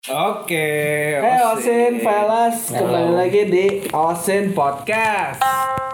Oke, Hey Osin, Velas, kembali lagi di Osin Podcast.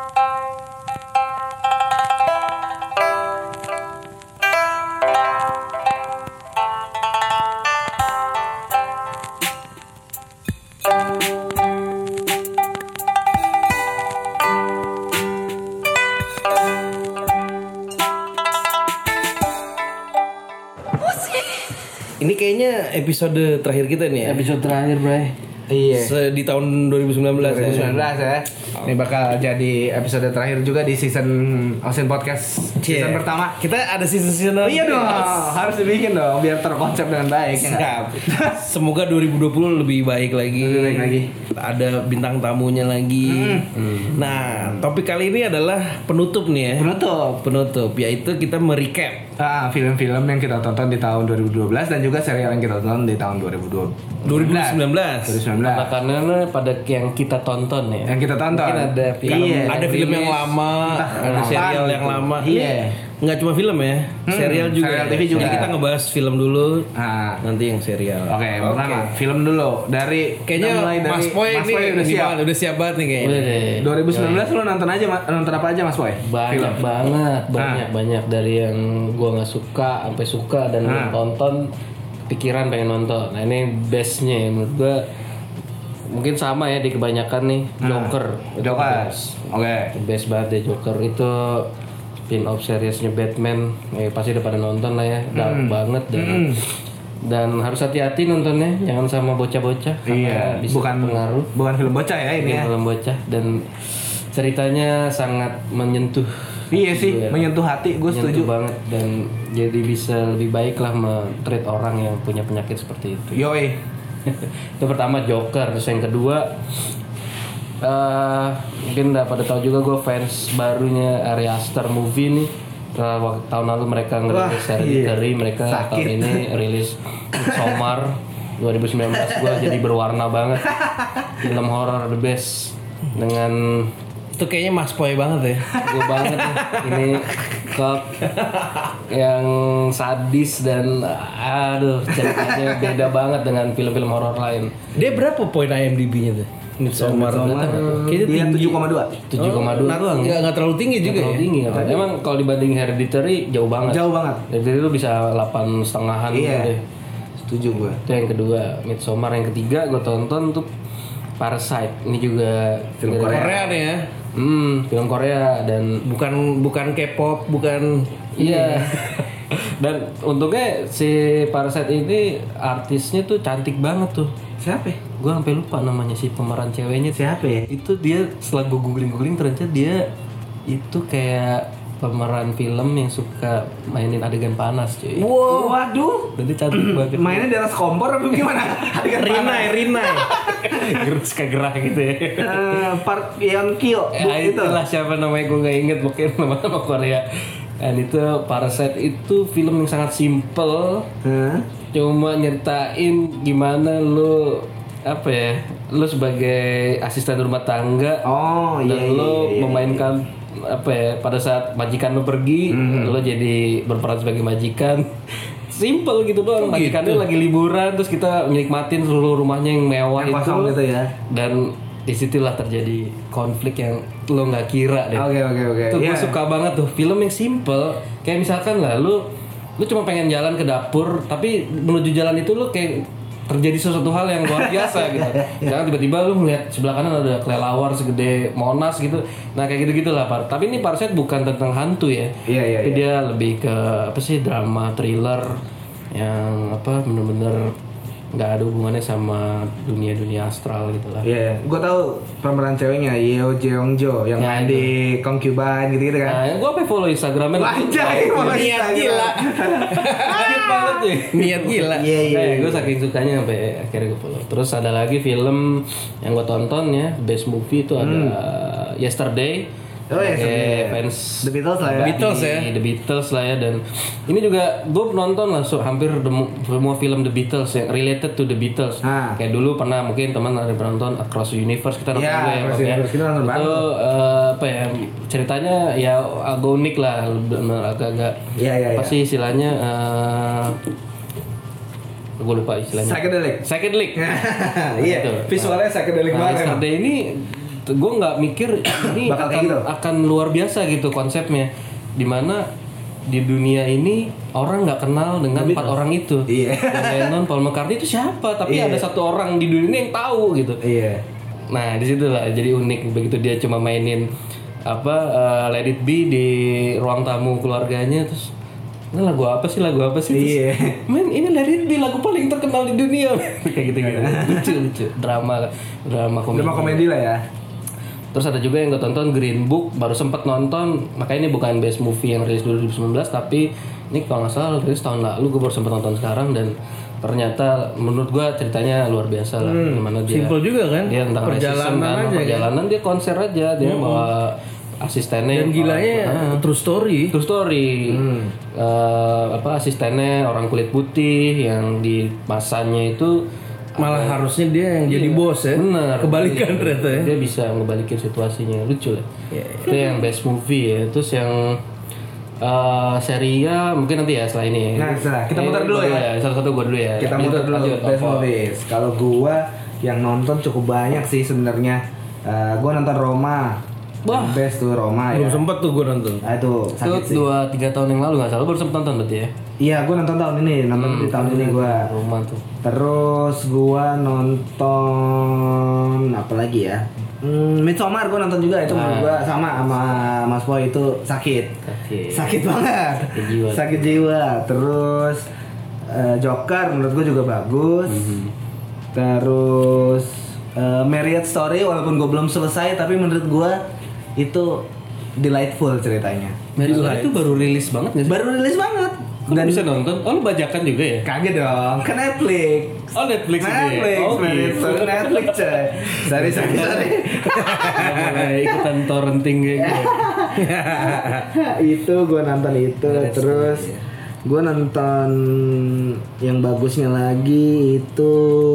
ini kayaknya episode terakhir kita nih ya. Episode terakhir, Bray. Iya. Di tahun 2019 2019 ya. Ini bakal jadi episode terakhir juga di season Osin Podcast season pertama. Kita ada season Iya dong, harus dibikin dong biar terkonsep dengan baik. Ya Siap. Semoga 2020 lebih baik lagi. Lebih baik lagi. Ada bintang tamunya lagi. Nah, topik kali ini adalah penutup nih ya. Penutup, yaitu kita merecap Film-film yang kita tonton di tahun 2012 dan juga serial yang kita tonton di tahun 2019. 2019. Karena pada yang kita tonton ya. Yang kita tonton. Mungkin ada film, Ada film yang lama, ada serial yang lama. Iya. Nggak cuma film ya, serial juga. Serial TV juga. Jadi kita ngebahas film dulu, Nah, nanti yang serial. Oke, pertama film dulu dari Kayaknya mulai dari Mas Boy ini udah siap. banget nih kayaknya. Udah deh. 2019 lu nonton apa aja Mas Boy? Banyak banget, banyak dari yang gua nggak suka sampai suka dan belum tonton, pikiran pengen nonton. Nah ini bestnya ya, menurut gua mungkin sama ya di kebanyakan nih. Joker. Itu best. Oke. Best banget deh Joker itu spin-off seriesnya Batman. Pasti udah pada nonton lah ya, dark banget dan harus hati-hati nontonnya, jangan sama bocah-bocah karena bisa pengaruh. Bukan film bocah ya ini ya. Film bocah dan ceritanya sangat menyentuh. Iya sih, menyentuh hati, gue setuju banget dan jadi bisa lebih baik lah men-treat orang yang punya penyakit seperti itu. Yoi. Itu pertama Joker, terus yang kedua mungkin udah pada tahu juga gue fans barunya Ari Aster movie nih. Tahun lalu mereka ngerilis Hereditary, mereka tahun ini rilis Midsommar 2019. Gue jadi berwarna banget, film horror the best dengan Itu kayaknya Mas Boy banget ya. gue banget nih. Ini kok yang sadis dan aduh ceritanya beda banget dengan film-film horor lain. Dia berapa poin IMDb-nya tuh? Midsommar. Dia 7,2. 7,2 doang ya. Nggak terlalu tinggi juga ya. Tinggi nggak tahu. Emang kalau dibanding Hereditary jauh banget. Hereditary itu bisa 8,5-an gitu deh. Setuju gue. Itu yang kedua. Midsommar yang ketiga gue tonton tuh Parasite. Ini juga Film Korea nih ya. Film Korea dan Bukan K-pop, bukan. iya. Dan untungnya si Parasite ini artisnya tuh cantik banget tuh. Siapa? Gue sampai lupa namanya si pemeran ceweknya. Siapa ya? Itu dia setelah gue googling ternyata dia itu kayak pemeran film yang suka mainin adegan panas cuy. Wow, waduh. Dan dia cantik banget. Mainnya di atas kompor apa gimana? Rinai. Gerus kegerah gitu ya. Park Yeon Kyo itu. Itulah siapa namanya gue nggak inget, pokoknya nama Korea. Dan itu Parasite itu film yang sangat simple. Cuma nyeritain gimana lu apa ya, lu sebagai asisten rumah tangga dan lu memainkan apa ya, pada saat majikan lu pergi lu jadi berperan sebagai majikan. Simple gitu doang, majikannya lagi liburan terus kita menikmatin seluruh rumahnya yang mewah yang itu gitu ya. Dan disitulah terjadi konflik yang lo nggak kira deh. Oke. Tuh gue suka banget tuh film yang simple, kayak misalkan lah lu cuma pengen jalan ke dapur, tapi menuju jalan itu lu kayak terjadi sesuatu hal yang luar biasa gitu. Jangan tiba-tiba lu melihat sebelah kanan ada kelelawar segede Monas gitu. Nah kayak gitu-gitu lah Pak. Tapi ini Parasite bukan tentang hantu ya. Tapi dia lebih ke apa sih, drama thriller yang apa bener-bener nggak ada hubungannya sama dunia astral gitu lah. Iya, gue tahu pemeran ceweknya Yeo Jeong Jo yang main di Concubine gitu kan. Nah, gue follow Instagramnya. Anjay, Niat gila. Niat banget sih. Niat gila. Iya. Gue saking sukanya sampai akhirnya gue follow. Terus ada lagi film yang gue tonton ya, best movie itu ada Yesterday. Fans The Beatles lah ya. The Beatles lah ya. Dan ini juga gue nonton lah hampir semua film The Beatles yang related to The Beatles. Kayak dulu pernah mungkin teman ada nonton Across the Universe, kita nonton juga ya. Kita nonton itu apa ya, ceritanya ya agak unik lah, agak-agak apa sih istilahnya, gue lupa istilahnya. Psychedelic. Iya. Visualnya psychedelic banget. Yesterday ini gue nggak mikir ini akan luar biasa gitu konsepnya, dimana di dunia ini orang nggak kenal dengan 4 orang itu. Iya. Lennon, Paul McCartney itu siapa? Tapi ada satu orang di dunia ini yang tahu gitu. Iya. Nah disitulah jadi unik begitu dia cuma mainin Let It Be di ruang tamu keluarganya, terus ini lagu apa sih Iya. Men ini Let It Be lagu paling terkenal di dunia. Kayak gitu lucu drama komedi lah ya. Terus ada juga yang gue tonton Green Book, baru sempet nonton, makanya ini bukan best movie yang rilis 2019, tapi ini kalau nggak salah rilis tahun lalu, gue baru sempet nonton sekarang dan ternyata menurut gue ceritanya luar biasa lah. Gimana dia simple juga kan, dia tentang perjalanan dia konser aja, dia bawa asistennya dan gilanya true story. Asistennya orang kulit putih yang di masanya itu malah harusnya dia yang jadi bos ya. Bener. Kebalikan ternyata ya. Dia bisa ngebalikin situasinya, lucu lah. Itu yang best movie ya. Terus yang serinya mungkin nanti ya setelah ini. Nah setelah kita muter dulu ya. Satu-satu gue dulu ya. Kita muter dulu best movies. Kalau gue yang nonton cukup banyak sih sebenarnya. Gue nonton Roma. Best tuh Roma ya. Belum sempet tuh gue nonton. Nah itu sakit sih. 2-3 tahun yang lalu nggak salah baru sempet nonton berarti ya. Iya, gue nonton tahun ini, di tahun ini gue. Roma tuh. Terus gue nonton apa lagi ya? Midsommar gue nonton juga, itu menurut gue sama Mas Boy itu sakit banget, sakit jiwa. Terus Joker menurut gue juga bagus. Terus Marriage Story walaupun gue belum selesai, tapi menurut gue itu delightful ceritanya. Marriage Story itu baru rilis banget nggak sih? Baru rilis banget. Dan bisa nonton? Oh lu bajakan juga ya? Kagak dong, ke Netflix. Oh Netflix Netflix coy. Sorry. Mulai ikutan torrenting kayak gitu. Itu gue nonton itu. Terus gue nonton yang bagusnya lagi itu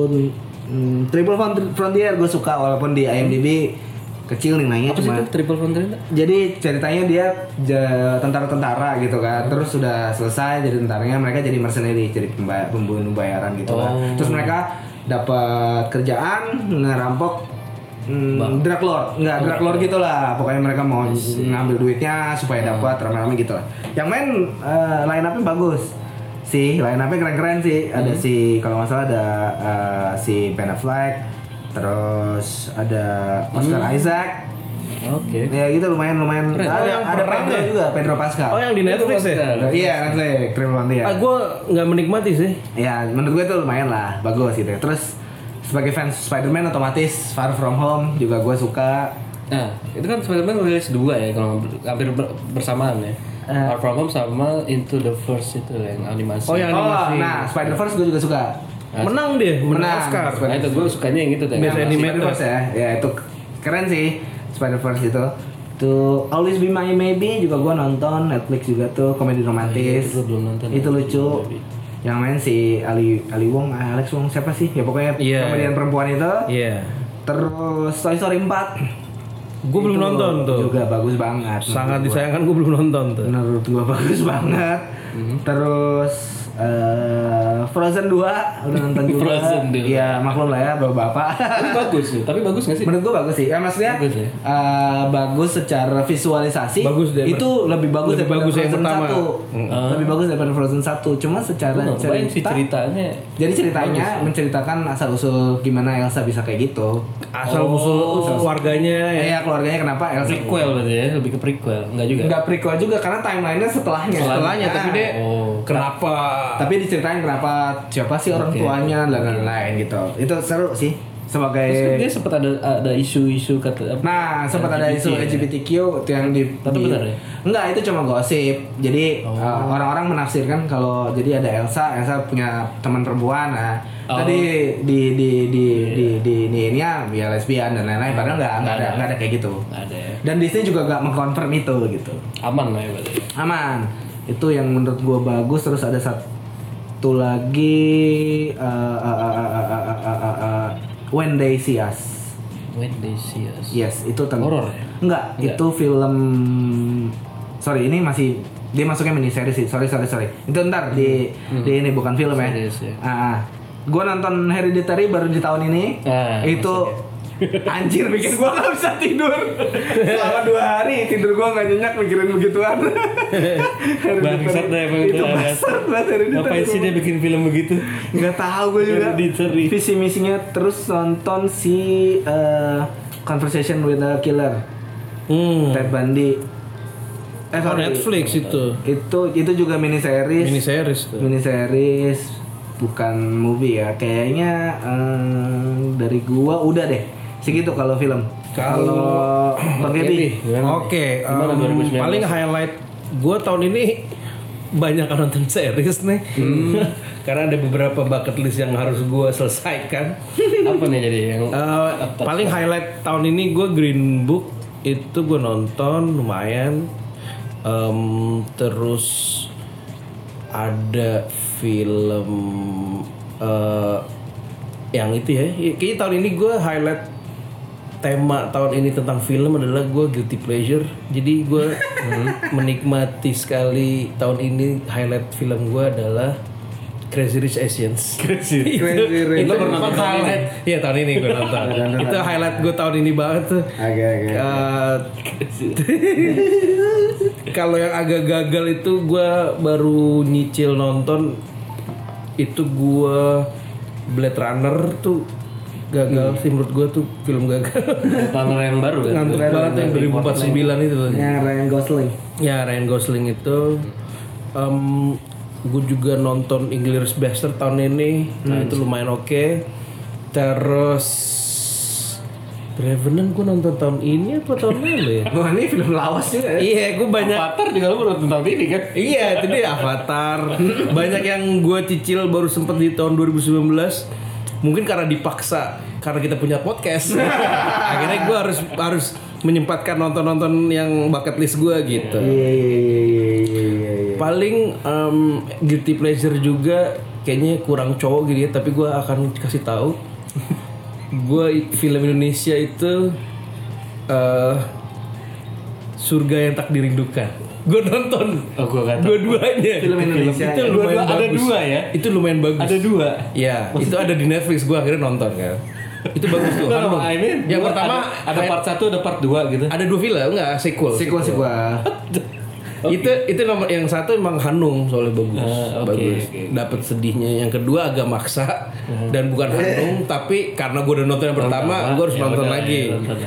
Triple Frontier. Gue suka walaupun di IMDb kecil nih nanya cuma Triple Frontier. Jadi ceritanya dia tentara-tentara gitu kan. Terus sudah selesai jadi tentaranya, mereka jadi mercenary, jadi pembunuh bayaran gitu kan. Terus mereka dapat kerjaan ngerampok drug lord gitulah. Pokoknya mereka mau ngambil duitnya supaya dapat rame-rame gitulah. Yang main line up-nya bagus. Line up-nya keren-keren sih. Ada kalau nggak salah ada si Ben Affleck. Terus ada Oscar Isaac. Oke. Ya gitu lumayan. Ada Pedro Pascal. Oh yang di Netflix ya? Iya Netflix. Triple Frontier. Gue nggak menikmati sih. Ya menurut gue tuh lumayan lah, bagus gitu. Terus sebagai fans Spider-Man otomatis Far From Home juga gue suka. Nah itu kan Spider-Man rilis 2 ya kalau hampir bersamaan ya. Far From Home sama Into the Verse itu yang animasi. Oh yang animasi. Nah Spider-Verse gue juga suka. Menang Oscar. Nah itu gue sukanya yang gitu Best Spider-Verse ya itu keren sih Spider-Verse itu. Tuh Always Be My Maybe juga gue nonton, Netflix juga tuh, komedi romantis. Itu lucu. Yang main si Alex Wong siapa sih? Ya pokoknya komedian perempuan itu. Iya. Terus Toy Story 4. Gue belum nonton tuh. Juga bagus banget. Sangat disayangkan gue belum nonton tuh. Menurut gue bagus banget. Terus Frozen 2 udah nonton juga. Frozen 2. Iya, maklum lah ya bapak-bapak. Bagus sih, tapi bagus nggak sih? Menurut gua bagus sih. Ya maksudnya bagus, ya? Bagus secara visualisasi. Bagus deh. Itu lebih bagus daripada Frozen yang pertama. 1. Lebih bagus daripada Frozen 1. Cuma secara ceritanya. Jadi ceritanya menceritakan asal usul gimana Elsa bisa kayak gitu. Asal usul keluarganya ya. Iya, keluarganya kenapa Elsa prequel berarti ya, lebih ke prequel. Enggak juga. Enggak prequel juga karena timelinenya setelahnya. Tapi dia kenapa? Tapi diceritain kenapa siapa sih orang tuanya dan lain-lain gitu. Itu seru sih sebagai. Dia sempat ada isu-isu kata. Nah, sempat ada isu LGBTQ itu yang Tapi benar ya? Enggak, itu cuma gosip. Jadi orang-orang menafsirkan kalau jadi ada Elsa punya teman perempuan. Nah, tadi ini ya lesbian dan lain-lain. Padahal enggak ada kayak gitu. Enggak ada ya. Dan Disney juga enggak mengkonfirm itu gitu. Aman lah ya berarti. Aman. Itu yang menurut gua bagus. Terus ada satu lagi When They See Us. When They See Us. Yes, itu horor ya? Enggak, itu film. Sorry, ini masih dia masuknya mini series sih. Sorry. Itu ntar di ini bukan film ya. Series, ya. Gue nonton Hereditary baru di tahun ini. Itu anjir bikin gue gak bisa tidur. Selama 2 hari tidur gue gak nyenyak mikirin begituan. Bangsat deh emang itu bangsat banget Hereditary. Ngapain sih dia bikin film begitu? Gak tahu gue juga. Hereditary. Visi misinya terus nonton si Conversation with a Killer. Ted Bundy. Netflix itu. Itu juga miniseries. Miniseries bukan movie ya. Kayaknya dari gua udah deh. Segitu kalau film. Kalau Bang Gaby. Oke, paling highlight gue tahun ini banyak nonton series nih. Karena ada beberapa bucket list yang harus gue selesaikan. Apa nih jadi yang paling highlight tahun ini gue Green Book itu gue nonton lumayan. Terus ada film yang itu ya. Kayaknya tahun ini gue highlight tema tahun ini tentang film adalah gue guilty pleasure. Jadi gue menikmati sekali tahun ini. Highlight film gue adalah Crazy Rich Asians. Crazy Rich. Itu pernah highlight. Iya tahun ini gue nonton. Itu highlight gue tahun ini banget tuh. Kalau yang agak gagal itu gue baru nyicil nonton. Itu gue Blade Runner tuh gagal sih menurut gue tuh film gagal. Runner yang baru kan? Ngantuk banget yang 2049 itu tuh. Yang Ryan Gosling. Ya Ryan Gosling itu. Gue juga nonton Inglourious Basterds tahun ini. Nah itu lumayan oke. Terus Revenant gue nonton tahun ini apa tahun lalu ya? Wah ini film lawas juga ya. Iya gue banyak. Avatar juga lo nonton tahun ini kan? Iya itu dia Avatar. Banyak yang gue cicil baru sempet di tahun 2019. Mungkin karena dipaksa, karena kita punya podcast. Akhirnya gue harus menyempatkan nonton yang bucket list gue gitu. Iya. Paling guilty pleasure juga kayaknya kurang cowok gitu ya, tapi gue akan kasih tahu. Gue film Indonesia itu Surga yang Tak Dirindukan. Gue nonton. Oh, gue kata. Dua-duanya. Film Indonesia. Itu lumayan bagus. Ada 2 ya? Itu lumayan bagus. Ada 2. Ya, itu ada di Netflix. Gue akhirnya nonton kan. Itu bagus tuh. Yang pertama ada part 1, ada part 2 gitu. Ada 2 film, enggak sequel. Itu nomor yang satu emang Hanung soalnya bagus. Bagus. Dapat sedihnya. Yang kedua agak maksa dan bukan Hanung, tapi karena gue udah nonton yang pertama, gue harus nonton lagi.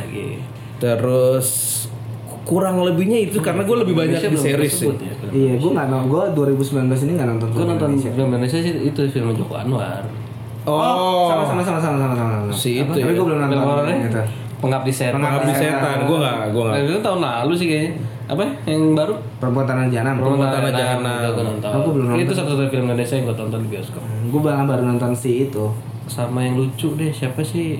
Terus kurang lebihnya itu karena gue lebih banyak di series sih. Iya, gue nggak nonton. Gue 2019 ini nggak nonton. Gue nonton film Indonesia sih itu film Joko Anwar. Sama. Si itu. Tapi gue belum nonton. Pengabdi Setan. Gue nggak. Itu tahun lalu sih kayaknya. Apa? Yang baru? Perempuan Tanah Jahanam. Gue nonton. Aku belum nonton. Itu satu-satunya film Indonesia yang gue tonton di bioskop. Gue baru nonton si itu. Sama yang lucu deh. Siapa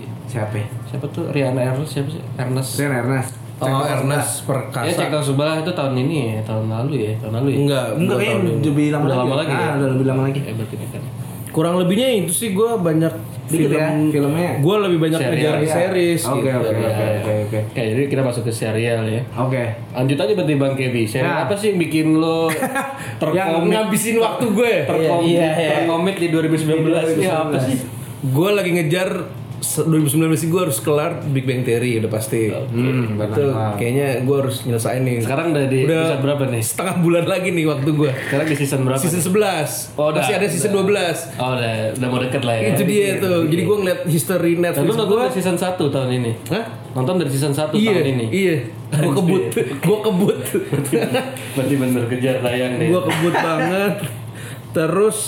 tuh? Rian Ernest. Ernest. Ernest Perkasa. Ya Cekta Subah itu tahun ini ya, tahun lalu ya. Enggak kayaknya lebih lama lagi. Udah lebih lama lagi. Berarti kan. Kurang lebihnya itu sih gue banyak filmnya. Gue lebih banyak ngejar di series. Oke. Ya, jadi kita masuk ke serial ya. Oke. Lanjut aja berarti Bang Kebi. Serial apa sih yang bikin lo yang ngabisin waktu gue? Terkomit di 2019 ini apa sih? Gue lagi ngejar 2019 sih gue harus kelar Big Bang Theory udah pasti. Itu kayaknya gue harus nyelesain nih. Sekarang udah di episode berapa nih? Setengah bulan lagi nih waktu gue. Sekarang di season berapa? Season 11. Masih ada season 12. Oh udah mau deket lah ya. Itu dia tuh. Jadi gue ngeliat history Netflix. Lu nonton dari season 1 tahun ini? Hah? Nonton dari season 1 tahun ini? Iya. Gue kebut. Berarti bener kejar tayang nih. Gue kebut banget. Terus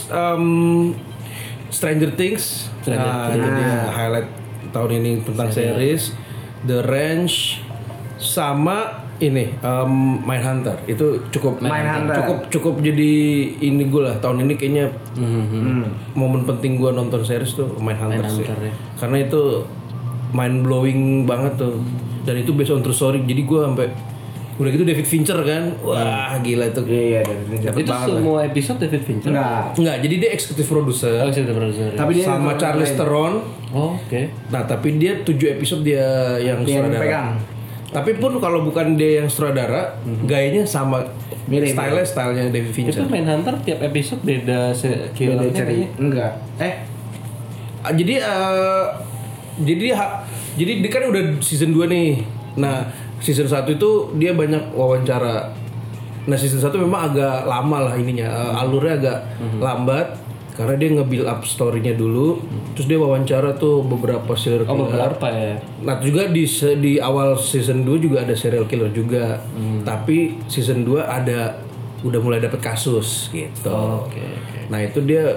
Stranger Things. Itu dia highlight tahun ini tentang series. The Range sama ini Mindhunter itu cukup jadi ini gue lah tahun ini kayaknya momen penting gue nonton series tuh Mindhunter sih ya. Karena itu mind blowing banget tuh dan itu based on true story jadi gue sampai udah gitu David Fincher kan wah gila itu David Fincher itu semua episode David Fincher enggak jadi dia executive producer tapi dia sama Charlize Theron nah tapi dia 7 episode dia yang sutradara tapi pun kalau bukan dia yang sutradara gayanya sama mirip stylenya David Fincher itu Mindhunter tiap episode beda cerita enggak Jadi dia kan udah season 2 nih. Nah, season 1 itu dia banyak wawancara. Nah, season 1 memang agak lama lah ininya. Alurnya agak lambat karena dia nge-build up story-nya dulu. Terus dia wawancara tuh beberapa serial killer. Beberapa ya. Nah, juga di awal season 2 juga ada serial killer juga. Tapi season 2 udah mulai dapet kasus gitu. Oke. Nah, itu dia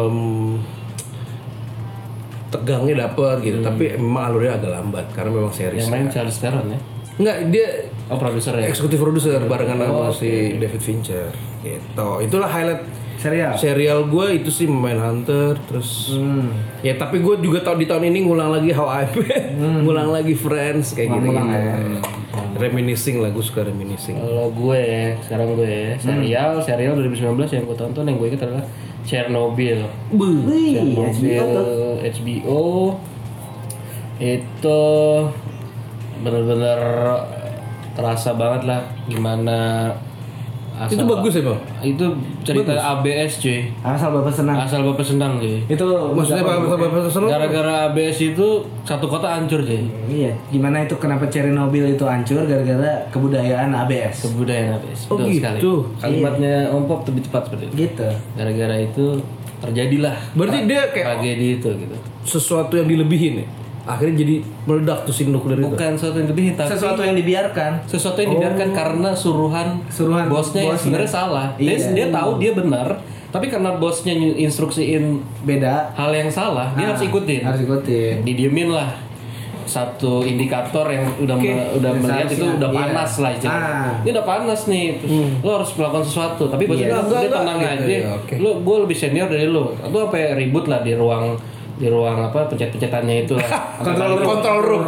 tegangnya dapet gitu, tapi memang alurnya agak lambat karena memang series. Yang main Charlize Theron ya? Enggak, dia Produser ya? eksekutif produser barengan sama si David Fincher gitu. Itulah highlight serial gue itu sih Mindhunter. Terus ya tapi gue juga di tahun ini ngulang lagi How I Met, ngulang lagi Friends kayak gitu. Reminiscing lah, gue suka reminiscing. Kalau sekarang serial 2019 yang gue tonton yang gue ingat adalah Chernobyl. HBO itu benar-benar terasa banget lah gimana itu bagus ya bang? Itu cerita ABS cuy. Asal bapak senang cuy. Itu maksudnya bapak senang? Gara-gara ABS itu satu kota hancur cuy. Iya. Gimana itu kenapa Chernobyl itu hancur gara-gara kebudayaan ABS? Kebudayaan ABS. Oh betul gitu. Sekali. Kalimatnya Om Pop lebih tepat seperti itu. Gitu. Gara-gara itu terjadilah. Berarti dia kayak tragedi itu gitu. Sesuatu yang dilebihin ya. Akhirnya jadi meledak tuh si nuklir itu. Bukan sesuatu yang lebih, tapi sesuatu yang dibiarkan. Sesuatu yang dibiarkan karena suruhan bosnya yang sebenarnya salah. Dia tahu dia benar, tapi karena bosnya instruksiin beda hal yang salah, dia harus ikutin. Didiemin lah. Satu indikator yang udah melihat itu udah panas lah istilahnya. Ini udah panas nih. Terus lo harus melakukan sesuatu, tapi bosnya dia tenang aja. Gue lebih senior dari lo. Lo apa ribut lah di ruang apa pencet-pencetannya itu lah. Control room.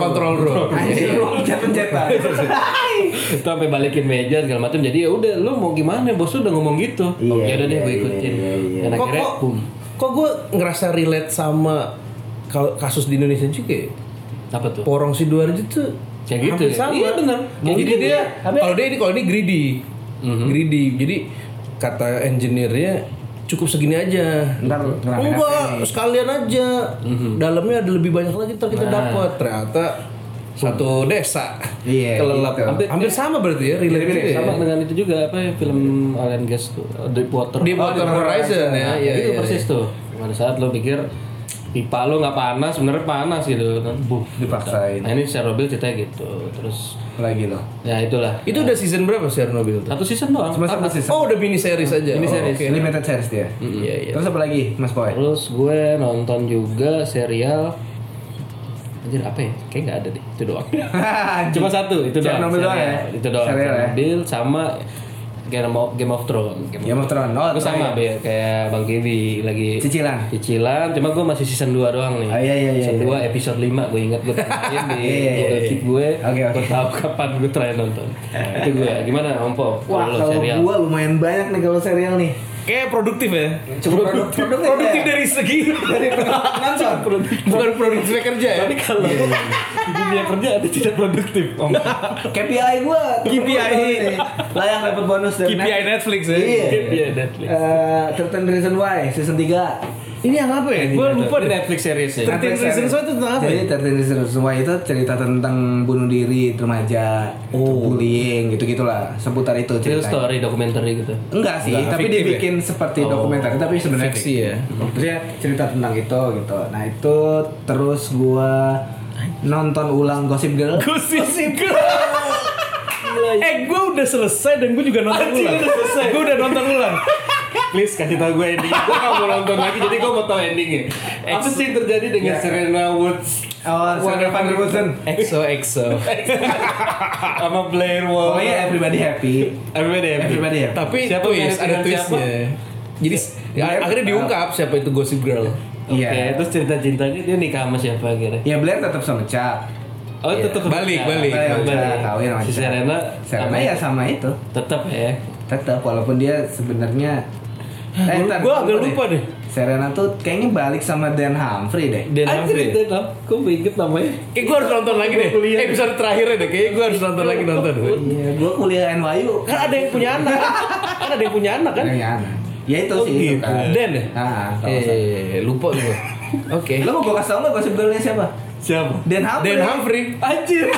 Pencet-pencetan. Itu sampai balikin meja segala macam. Jadi ya udah lu mau gimana, bos udah ngomong gitu. Ya udah deh gue ikutin. Dan akhirnya kok gue ngerasa relate sama kasus di Indonesia juga ya? Apa tuh? Porong Sidoarjo tuh kayak gitu ya? sama. Iya benar. Jadi dia kalau ini greedy. Greedy. Jadi kata engineer-nya cukup segini aja. Enggak, sekalian aja. Dalamnya ada lebih banyak lagi ntar kita dapat. Ternyata satu desa. Kelelap. Hampir sama berarti ya, relate sama dengan itu juga apa ya film Alien Gas tuh, Deepwater Horizon ya. Itu persis tuh. Pada saat lo pikir pipa lo nggak panas, sebenarnya panas gitu kan. Dipaksain. Nah ini Chernobyl ceritanya gitu. Terus lagi loh. Ya itulah. Itu udah season berapa Chernobyl tuh? Satu season doang. Satu season. Oh udah mini series aja. Mini series. Limited series dia. Iya. Terus apa lagi Mas Boy? Terus gue nonton juga serial. Anjir apa ya? Kayak nggak ada deh. Itu doang. Cuma satu. Itu doang. Chernobyl doang ya? Itu doang. Chernobyl sama Game of Thrones. Game of Thrones. Gue sama kayak Bang Kevi lagi cicilan. Cuma gue masih season 2 doang nih. Iya. Season 2 episode 5 gue ingat gue terakhir di feed gue. Gue tahu kapan gue terakhir nonton. Itu gue. Gimana Om Pop? Wah kalau gue lumayan banyak nih kalau serial nih. Kayak produktif ya. Cukup produktif dari segi nonton. Bukan produktif kerja ya. Tapi kalau di dunia kerja ada tidak produktif. KPI gue. Layang dapat bonus dari KPI Netflix ya. KPI Netflix. 13 Reasons Why season 3. Ini yang apa ya? Gue lupa deh. Netflix series ya. 13 Reasons Why itu tentang apa? Jadi 13 Reasons Why itu cerita tentang bunuh diri remaja, bullying gitu-gitulah. Seputar itu Real ceritanya. story, dokumenter gitu. Enggak sih, tapi dibikin seperti dokumenter, tapi sebenarnya fiksi ya. Terus ya cerita tentang itu gitu. Nah, itu terus gua nonton ulang Gossip Girl. Gossip Girl. Gue udah selesai dan gue juga nonton ulang. Gue udah nonton ulang. Please kasih tau gue ending. Gue gak mau nonton lagi, jadi gue mau tau endingnya. Apa sih yang terjadi dengan Serena Woods? Serena Van Der Woodsen. EXO. Sama Blair Wall. Pokoknya everybody happy. Tapi twist, ada twistnya. Jadi akhirnya diungkap siapa itu Gossip Girl. Oke, terus cerita cintanya dia nikah sama siapa akhirnya? Ya Blair tetap sama Chuck. Oh tetap balik. Si Serena ya sama itu. Tetap ya. Tetap walaupun dia sebenarnya gue agak lupa deh. Serena tuh kayaknya balik sama Dan Humphrey deh. Kok inget namanya? Kayak gue harus nonton lagi deh. Episode terakhirnya deh. Kayaknya gue harus nonton lagi. Iya, gue kuliah NYU. Kan ada yang punya anak. Ya itu sih. Dan ya? Lupa gue. Oke. Lo mau gue kasih tau nggak Gossip Girl-nya siapa? Siapa? Dan Humphrey. Anjir.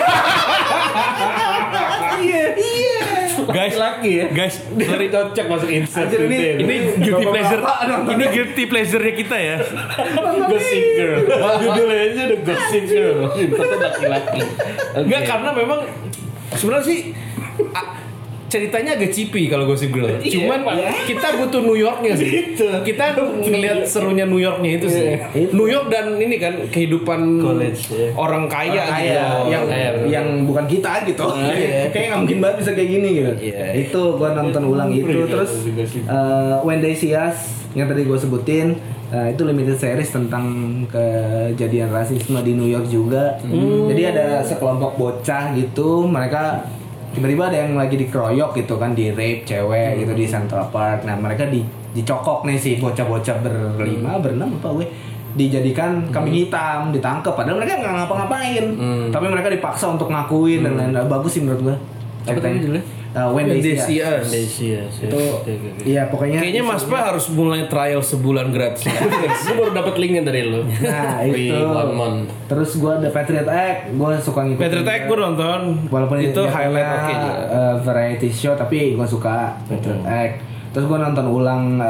Iya. Guys, Laki ya. guys, Dari cocok masuk insert Anjir, ini guilty pleasure. Bapak-bapak Ini guilty pleasure-nya kita ya. Gossip Girl. Judulnya aja udah Gossip Girl. Itu laki-laki. Enggak, karena memang sebenarnya sih ceritanya agak cheapy kalau Gossip Girl. Cuman kita butuh New York-nya sih. Kita ngelihat serunya New York-nya itu sih. New York dan ini kan kehidupan College, orang kaya gitu. yang bukan kita gitu. Kayak nggak mungkin banget bisa kayak gini gitu. Itu gue nonton ulang itu. Terus When They See Us yang tadi gue sebutin, itu limited series tentang kejadian rasisme di New York juga. Jadi ada sekelompok bocah gitu, mereka tiba-tiba ada yang lagi dikeroyok gitu kan, di rape cewek gitu di Central Park. Nah mereka dicokok nih si bocah-bocah berenam apa gue, dijadikan kambing hitam, ditangkap padahal mereka nggak ngapa-ngapain, tapi mereka dipaksa untuk ngakuin dan lain-lain. Bagus sih menurut gue. Apa tadi judulnya? When They See Us. Itu Iya pokoknya Kayaknya Mas Pa harus mulai trial sebulan gratis. gue baru dapat linknya dari lo. Nah itu. Terus gue ada Patriot Act, gue suka ngikutin. Patriot Act gue nonton. Walaupun itu highlight oke. Variety show tapi gue suka Patriot Act. Terus gue nonton ulang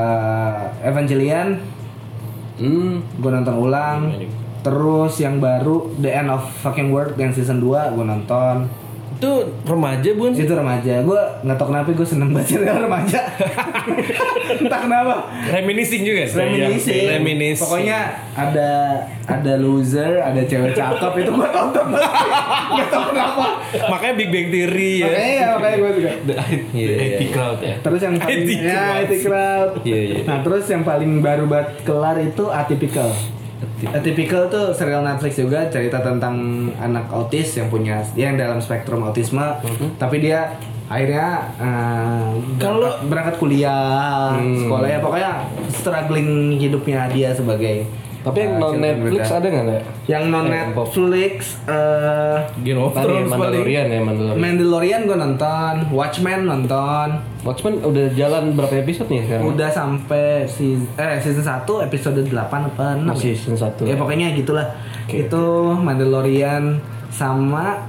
Evangelion. Gue nonton ulang. Terus yang baru The End of Fucking World yang season 2 gue nonton. Itu remaja Bun? Itu remaja. Gue nggak tau kenapa gue seneng banget serial remaja. Entah kenapa. Reminiscing juga. Reminiscing. Pokoknya ada loser, ada cewek cakep itu gue tonton banget. Nggak tau kenapa. Makanya Big Bang Theory ya. Makanya gue juga. IT crowd ya. Terus yang paling IT crowd. Nah terus yang paling baru banget kelar itu Atypical. Atypical tuh serial Netflix juga, cerita tentang anak autis yang dalam spektrum autisme, tapi dia akhirnya kalau berangkat kuliah, sekolah ya pokoknya struggling hidupnya dia sebagai. Tapi yang non Netflix ada nggak? Yang non Netflix, Game of Thrones, Mandalorian gue nonton, Watchmen nonton. Watchmen udah jalan berapa episode nih sekarang? Udah sampai season 1 episode 8 apa 6 Season 1. Ya pokoknya gitulah. Itu Mandalorian sama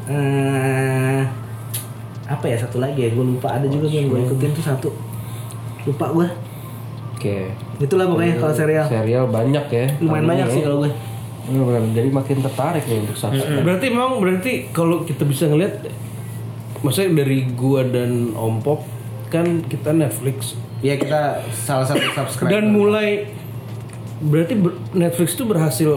apa ya satu lagi ya, gue lupa, ada juga yang gue ikutin tuh satu. Lupa gue. Oke. Itulah pokoknya kalau serial. Serial banyak ya. Lumayan banyak sih kalau gue. Jadi makin tertarik nih untuk subscribe. Berarti kalau kita bisa ngelihat, maksudnya dari gua dan Om Pop kan kita Netflix. Ya kita salah satu subscriber. Dan mulai berarti Netflix tuh berhasil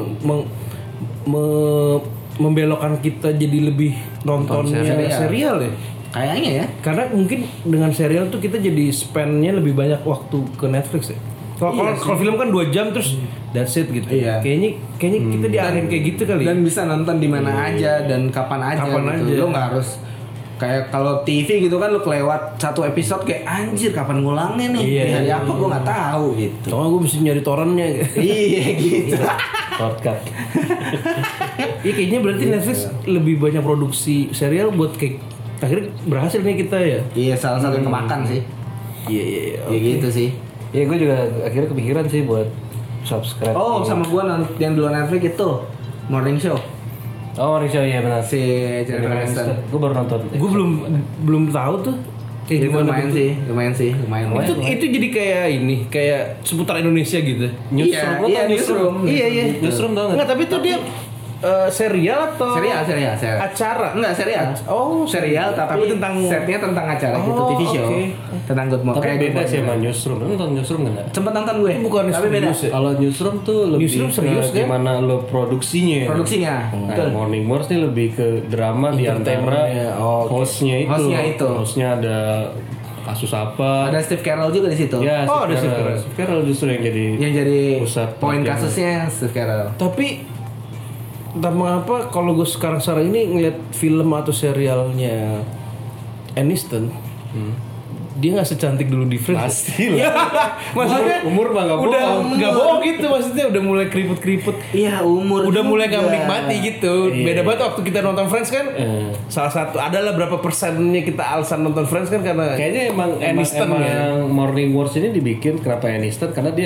membelokkan kita jadi lebih nontonnya serial ya. Kayaknya ya. Karena mungkin dengan serial tuh kita jadi spend-nya lebih banyak waktu ke Netflix ya. Kalau film kan 2 jam terus that's it gitu. Iya. Kayaknya kita diarahin kayak gitu kali. Dan bisa nonton di mana aja dan kapan aja. Lo nggak harus kayak kalau TV gitu kan lo kelewat satu episode kayak anjir kapan ngulangnya nih. Iya, hari apa gue nggak tahu gitu. Soalnya gue mesti nyari torrentnya. Iya gitu. Shortcut. Iya kayaknya berarti Netflix lebih banyak produksi serial buat kayak akhirnya berhasil nih kita ya. Iya salah satu yang kemakan sih. Iya. Ya gitu sih. Ya gue juga akhirnya kepikiran sih buat subscribe. Oh sama gue yang dulu Netflix itu Morning Show. Oh Morning Show ya benar. Si Jennifer Aniston. Gue baru nonton. Gue belum tahu tuh. Kayak gimana lumayan sih. Itu jadi kayak seputar Indonesia gitu. Newsroom. Iya. Newsroom tau nggak? Enggak, tapi itu dia serial atau serial acara? Enggak serial. Oh, serial tapi tentang setnya tentang acara gitu, TV show. Tentang Good Morning. Tapi beda sih sama Newsroom. Lu nonton Newsroom nggak? Sempet nonton gue. Bukan tapi beda. Kalau Newsroom tuh lebih serius kan? gimana lo produksinya. Betul. Morning Wars nih lebih ke drama di antara hostnya itu. Hostnya ada kasus apa? Ada Steve Carell juga di situ. Ya, ada Steve Carell justru yang jadi pusat poin kasusnya Steve Carell. Tapi entah mengapa kalau gue sekarang ini ngeliat film atau serialnya Aniston, dia nggak secantik dulu di Friends. Pasti lah. Maksudnya umur mah nggak bohong. Udah nggak bohong gitu, maksudnya udah mulai keriput. Iya umur. Udah mulai nggak menikmati gitu. Beda banget waktu kita nonton Friends kan. Salah satu adalah berapa persennya kita alasan nonton Friends kan karena kayaknya emang Aniston ya. Morning Wars ini dibikin kenapa Aniston karena dia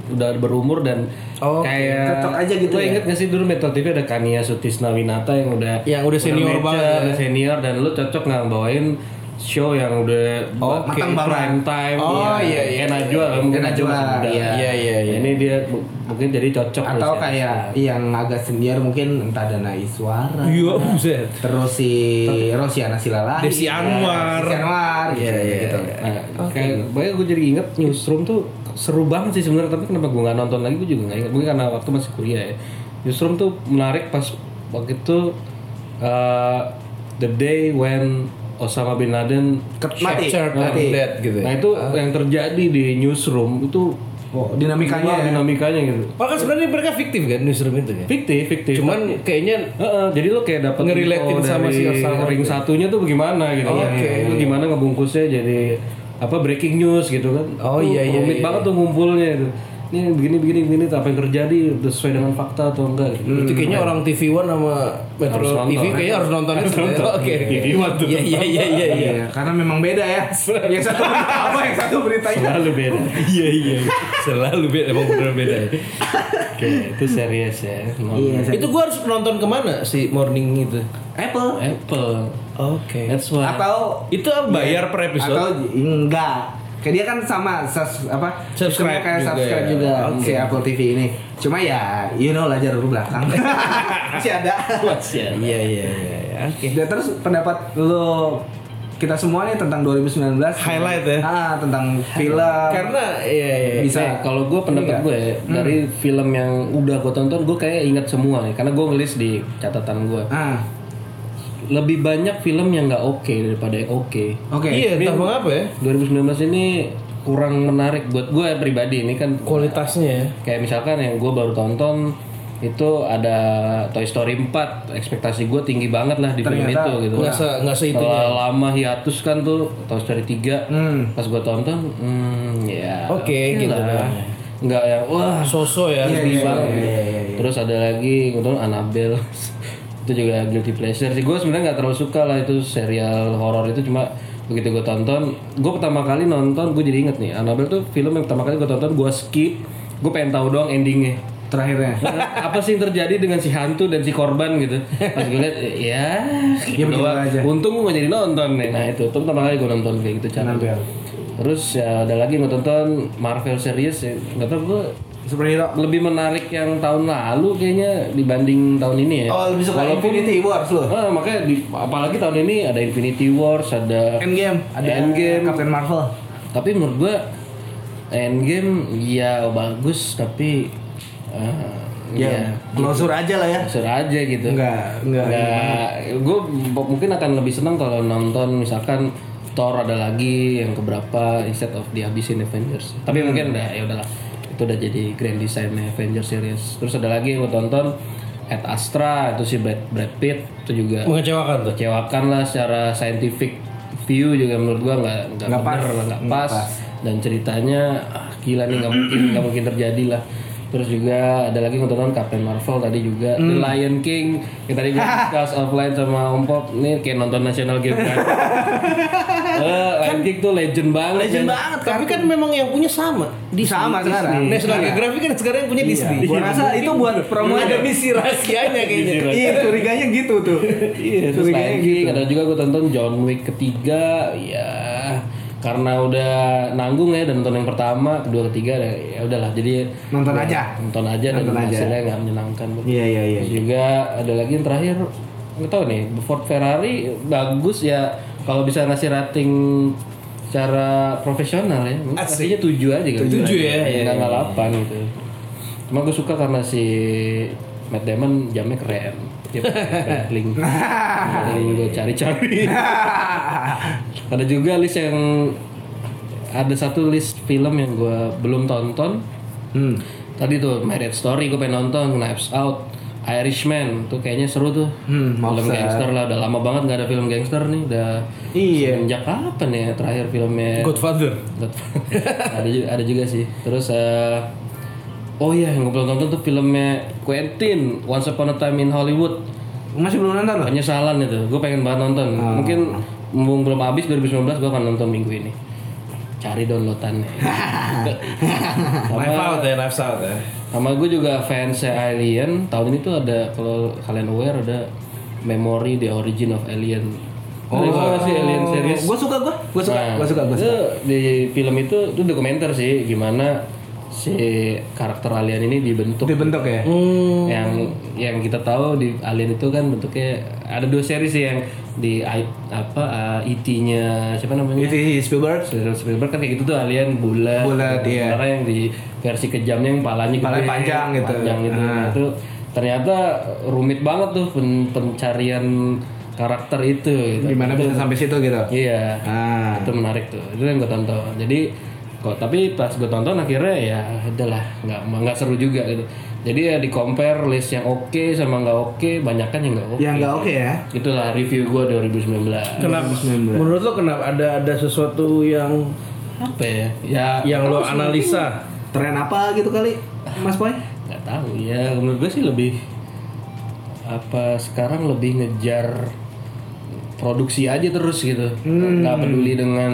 udah berumur dan kayak cocok aja gitu lo ya. inget gak sih dulu Metro TV ada Kania Sutisna Winata yang udah senior banget, udah senior, dan lo cocok nggak bawain show yang udah matang banget. prime time. Kayak Najwa kan, mungkin Najwa masih muda. Iya. Ini dia mungkin jadi cocok. Atau terus kayak yang agak senior mungkin entah Dana Iswara. Iya, buset. Terus si Rosiana Silalahi. Desi Anwar. Iya gitu. Nah, kayak banyak gue jadi inget Newsroom tuh seru banget sih sebenarnya, tapi kenapa gue nggak nonton lagi gue juga nggak inget. Mungkin karena waktu masih kuliah ya. Newsroom tuh menarik pas waktu itu the day when Osama bin Laden captured and dead gitu. Nah itu yang terjadi di Newsroom itu dinamikanya gitu. Oh kan sebenarnya mereka fiktif kan Newsroom itu ya? Fiktif. Cuman kayaknya jadi lo kayak dapat ngerelatein sama si Osama ring satunya tuh bagaimana gitu. Itu gimana ngebungkusnya jadi breaking news gitu kan. Rumit banget tuh ngumpulnya itu. Ini begini apa yang terjadi sesuai dengan fakta atau enggak gitu. Itu kayaknya orang TV One sama Metro TV kayaknya harus nonton itu. Oke. TV One tuh. Iya. Karena memang beda ya. Yang satu berita apa, yang satu beritanya Selalu beda. Iya. Selalu beda, emang bener beda ya. Oke, itu serius ya. Itu gua harus nonton kemana si Morning itu? Apple. Oke. That's why. Atau Itu bayar per episode? Atau enggak. Kayak dia kan sama Subscribe kayak juga subscribe ya. juga si Apple TV ini. Cuma ya lah jalur belakang. Masih ada. Iya. Oke. Dan terus pendapat lo kita semua nih tentang 2019 Highlight ya. Tentang film. Karena iya. Bisa kalau gue pendapat gue ya, dari film yang udah gue tonton gue kayak ingat semua nih, karena gue ngelis di catatan gue. Lebih banyak film yang nggak oke daripada yang oke. Iya, entah mengapa ya. 2019 ini kurang menarik buat gue pribadi. Ini kan Kualitasnya ya. kayak misalkan yang gue baru tonton itu ada Toy Story 4. Ekspektasi gue tinggi banget lah di film itu gitu. Nggak seitunya. Setelah lama hiatus kan tuh Toy Story 3. Pas gue tonton ya Oke, gitu. Nggak yang wah Soso ya. Iya. Terus ada lagi gue tonton Annabelle. Itu juga guilty pleasure sih. Gue sebenarnya nggak terlalu suka lah itu serial horor itu, cuma begitu gue tonton, gue pertama kali nonton, gue jadi inget nih Annabelle tuh film yang pertama kali gue tonton, gue skip, gue pengen tahu doang endingnya terakhirnya. Apa sih yang terjadi dengan si hantu dan si korban gitu. Pas gue liat ya begitu aja. Untung gue gak jadi nonton nih. Nah itu pertama kali gue nonton kayak gitu cara. Terus ya ada lagi gue tonton Marvel series ya. Gak tau gue Superhero lebih menarik yang tahun lalu kayaknya dibanding tahun ini ya. lebih suka Infinity Wars lo. Makanya apalagi tahun ini ada Infinity Wars, ada Endgame, Captain Marvel. Tapi menurut gue Endgame ya bagus, tapi Closure aja lah ya. Closure aja gitu. Enggak. Gue mungkin akan lebih senang kalau nonton misalkan Thor ada lagi yang keberapa instead of dihabisin Avengers. Tapi mungkin udah ya udahlah. Itu udah jadi grand design Avengers series. Terus ada lagi yang gue tonton Ad Astra, itu si Brad Pitt, itu juga mengecewakan lah secara scientific view juga menurut gue nggak pas. Dan ceritanya gila nih nggak mungkin terjadi lah. Terus juga ada lagi nonton Captain Marvel tadi juga, The Lion King yang tadi gue discuss offline sama Om Pop, ini kayak nonton National Geographic. Lion King tuh legend banget. Tapi kan memang yang punya sama. Sama sekarang. National Geographic kan sekarang yang punya Disney. Gua rasa itu buat promo ada misi rahasianya kayaknya. Iya, curiganya gitu tuh. Iya, terus Lion King ada juga gue tonton John Wick ketiga, ya karena udah nanggung ya dan nonton yang pertama, kedua, ketiga ya udahlah jadi nonton aja dan hasilnya nggak menyenangkan. Iya. Terus juga ada lagi yang terakhir nggak tahu nih, Ford Ferrari bagus ya kalau bisa ngasih rating secara profesional ya. Aslinya 7 aja kan. 7 ya. Nggak 8 gitu. Cuma gue suka karena si Matt Damon jamnya keren. Link gue cari-cari. Ada juga list yang ada satu list film yang gue belum tonton. Tadi tuh Marriage Story gue pengen nonton, Knives Out, Irishman tuh kayaknya seru tuh. Film gangster lah, udah lama banget nggak ada film gangster nih, udah sejak kapan ya terakhir filmnya Godfather. ada juga sih. Terus oh iya, yang gue belum nonton tuh filmnya Quentin, Once Upon a Time in Hollywood. Masih belum nonton loh? Penyesalan itu, gue pengen banget nonton. Mungkin belum habis 2019 gue akan nonton minggu ini. cari downloadannya. Knives Out ya. Sama gue juga fans Alien. Tahun ini tuh ada, kalau kalian aware, ada Memory The Origin of Alien. Sih Alien series. Gue suka. Itu di film itu dokumenter sih, gimana si karakter alien ini dibentuk ya. Yang kita tahu di Alien itu kan bentuknya ada 2 seri sih, yang di E.T.-nya siapa namanya? E.T. Spielberg kan kayak gitu tuh, alien bulat iya. Karena yang di versi kejamnya yang palanya panjang gitu. Itu ternyata rumit banget tuh pencarian karakter itu gitu. Gimana bisa sampai situ gitu? Iya. Itu menarik tuh. Itu yang gue tonton. Jadi tapi pas gue tonton akhirnya ya udahlah, nggak seru juga gitu. Jadi ya di compare list yang oke sama nggak oke, banyakan yang nggak oke. Yang nggak oke ya? Itulah review gue 2019. Kenapa? Menurut lo kenapa ada sesuatu yang apa ya? Ya yang lo analisa? Tren apa gitu kali, Mas Boy? Nggak tahu ya. Menurut gue sih lebih sekarang lebih ngejar produksi aja terus gitu. Nggak peduli dengan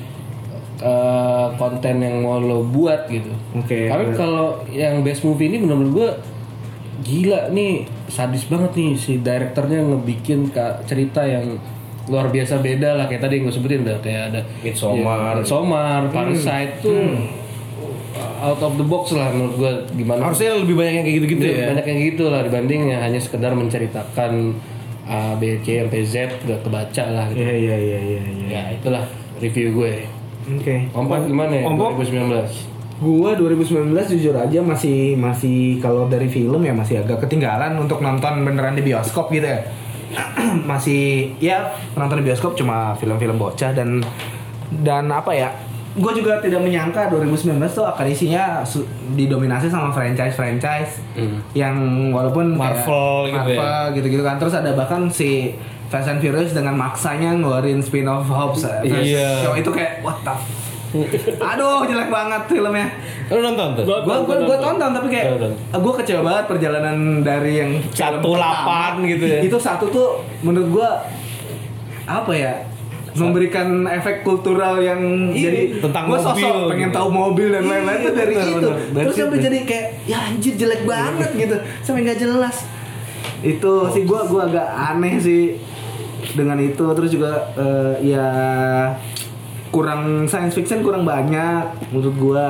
konten yang mau lo buat gitu. Tapi kalau yang best movie ini menurut gue gila nih, sadis banget nih si direkturnya ngebikin cerita yang luar biasa beda lah, kayak tadi yang gue sebutin udah kayak ada Midsommar, Parasite tuh out of the box lah menurut gue. Gimana? Harusnya lebih banyak yang kayak gitu-gitu ya. Banyak yang gitu lah dibanding yang hanya sekedar menceritakan A, B, C sampai Z udah kebaca lah gitu. Iya. Ya itulah review gue. Ompok gimana ya? 2019. Gua 2019 jujur aja masih kalau dari film ya masih agak ketinggalan untuk nonton beneran di bioskop gitu ya. Masih ya nonton di bioskop cuma film-film bocah dan apa ya? Gue juga tidak menyangka 2019 tuh akan isinya didominasi sama franchise yang walaupun Marvel gitu kan. Terus ada bahkan si Fast and Furious dengan maksanya ngeluarin spin-off Hobbs. Iya. Yang itu kayak what the aduh jelek banget filmnya. Lo nonton tuh? Gue tonton tapi kayak gue kecewa banget perjalanan dari yang 18 gitu ya. Itu satu tuh menurut gue apa ya, memberikan efek kultural yang jadi tentang gue mobil sosok pengen gitu. tahu mobil dan lain-lain tuh dari itu. Terus sampai Bener. jadi kayak ya anjir jelek banget gitu sampai nggak jelas. Itu sih gue agak aneh sih dengan itu. Terus juga ya kurang science fiction, kurang banyak menurut gue.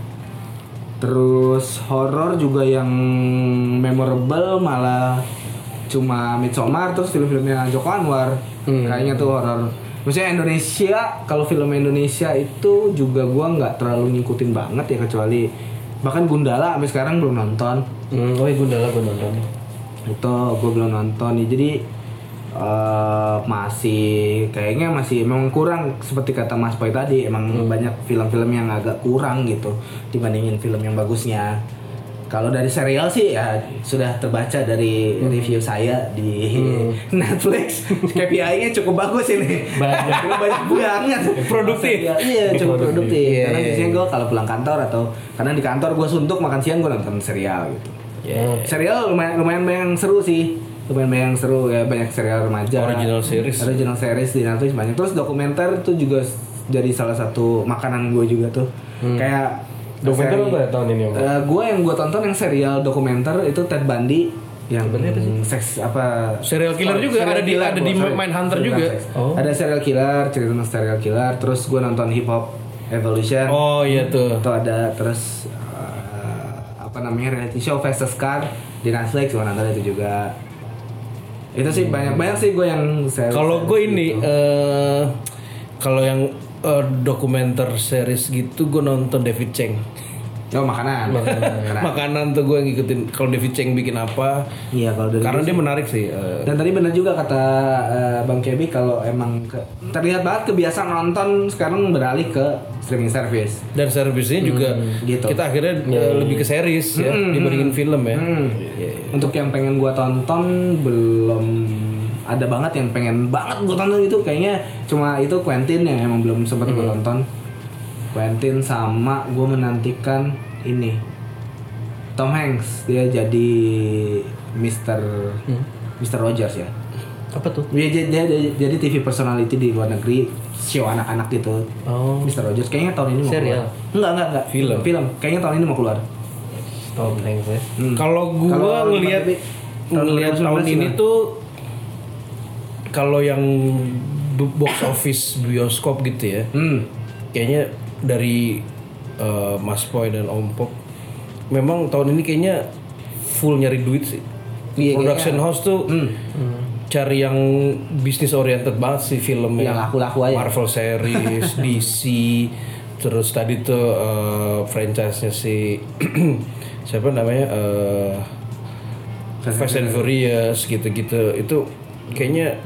Terus horor juga yang memorable malah cuma Midsommar, terus film-filmnya Joko Anwar. Kayaknya tuh horor. Maksudnya Indonesia, kalau film Indonesia itu juga gue nggak terlalu ngikutin banget ya, kecuali bahkan Gundala sampai sekarang belum nonton. Oh iya, Gundala gue nonton. Itu gue belum nonton nih, jadi kayaknya masih memang kurang seperti kata Mas Boy tadi, emang banyak film-film yang agak kurang gitu dibandingin film yang bagusnya. Kalau dari serial sih ya sudah terbaca dari review saya di Netflix. KPI-nya cukup bagus ini. Banyak banget. Produktif. Iya, cukup produktif. Karena Iya. biasanya gue kalau pulang kantor atau karena di kantor gue suntuk makan siang gue nonton serial gitu. Serial lumayan yang seru sih. Lumayan yang seru ya, banyak serial remaja. Original series di Netflix banyak. Terus dokumenter itu juga jadi salah satu makanan gue juga tuh. Kayak Dokumenter apa ya tahun ini? Gue yang gue tonton yang serial dokumenter itu Ted Bundy yang seks apa Serial killer juga ada di Mindhunter juga. Ada serial killer, cerita tentang serial killer. Terus gue nonton Hip Hop Evolution. Oh iya tuh. Itu ada terus apa namanya reality show Fast Car di Netflix, gue nonton itu juga. Itu sih banyak sih gue yang Kalau gue ini kalau yang dokumenter series gitu gue nonton David Cheng. Oh, makanan. Makanan tuh gue ngikutin kalau David Cheng bikin apa. Iya, kalau dari karena dia menarik sih. Dan tadi benar juga kata Bang Kebi kalau emang terlihat banget kebiasaan nonton sekarang beralih ke streaming service. Dan servisnya juga gitu. Kita akhirnya lebih ke series ya dibandingin film ya. Untuk yang pengen gua tonton belum ada banget yang pengen banget gua tonton itu, kayaknya cuma itu Quentin yang emang belum sempat gua tonton. Quentin sama gua menantikan ini Tom Hanks, dia jadi Mr. Rogers ya. Apa tuh? Jadi TV personality di luar negeri, show anak-anak gitu. Oh. Mr. Rogers kayaknya tahun ini mau Serial? keluar. Enggak. Film. Kayaknya tahun ini mau keluar. Tom Hanks ya. Kalau gua ngelihat tahun ini tuh kalau yang box office bioskop gitu ya. Kayaknya dari Mas Poy dan Om Pop memang tahun ini kayaknya full nyari duit sih. Production house tuh cari yang bisnis oriented banget sih filmnya. Yang laku-laku aja. Marvel series, DC, terus tadi tuh franchise-nya si siapa namanya Fast and Furious gitu-gitu. Itu kayaknya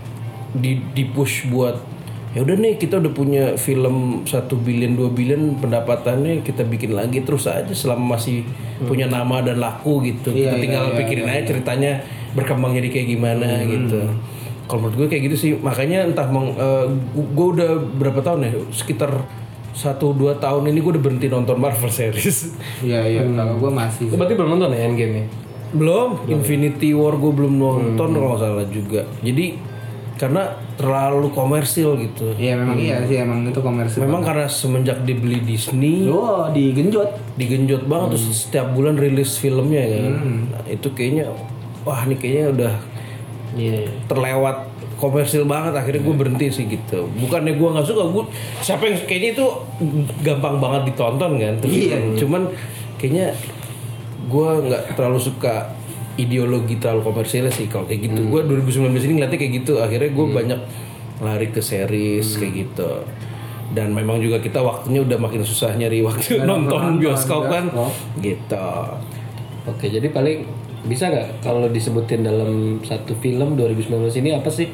di push buat ya udah nih kita udah punya film 1 billion 2 billion pendapatannya, kita bikin lagi terus aja selama masih punya nama dan laku gitu. Kita tinggal pikirin aja ceritanya berkembang jadi kayak gimana gitu. Kalau menurut gue kayak gitu sih, makanya entah gue udah berapa tahun ya, sekitar 1-2 tahun ini gue udah berhenti nonton Marvel series. Iya. Kalau gue masih. Berarti belum nonton ya Endgame nya? Belum. Infinity War gue belum nonton kalau nggak salah juga. Jadi karena terlalu komersil gitu. Iya memang iya sih, emang itu komersil. Memang karena semenjak dibeli Disney, digenjot banget terus setiap bulan rilis filmnya kan. Nah, itu kayaknya wah ini kayaknya udah terlewat komersil banget, akhirnya gue berhenti sih gitu. Bukannya gue nggak suka, gue siapa yang kayaknya itu gampang banget ditonton kan. Cuman kayaknya gue nggak terlalu suka ideologi terlalu komersilnya sih kalau kayak gitu. Gue 2019 ini ngeliatnya kayak gitu, akhirnya gue banyak lari ke series kayak gitu. Dan memang juga kita waktunya udah makin susah nyari waktu nonton bioskop kan gitu. Oke, jadi paling bisa nggak kalau disebutin dalam satu film 2019 ini apa sih?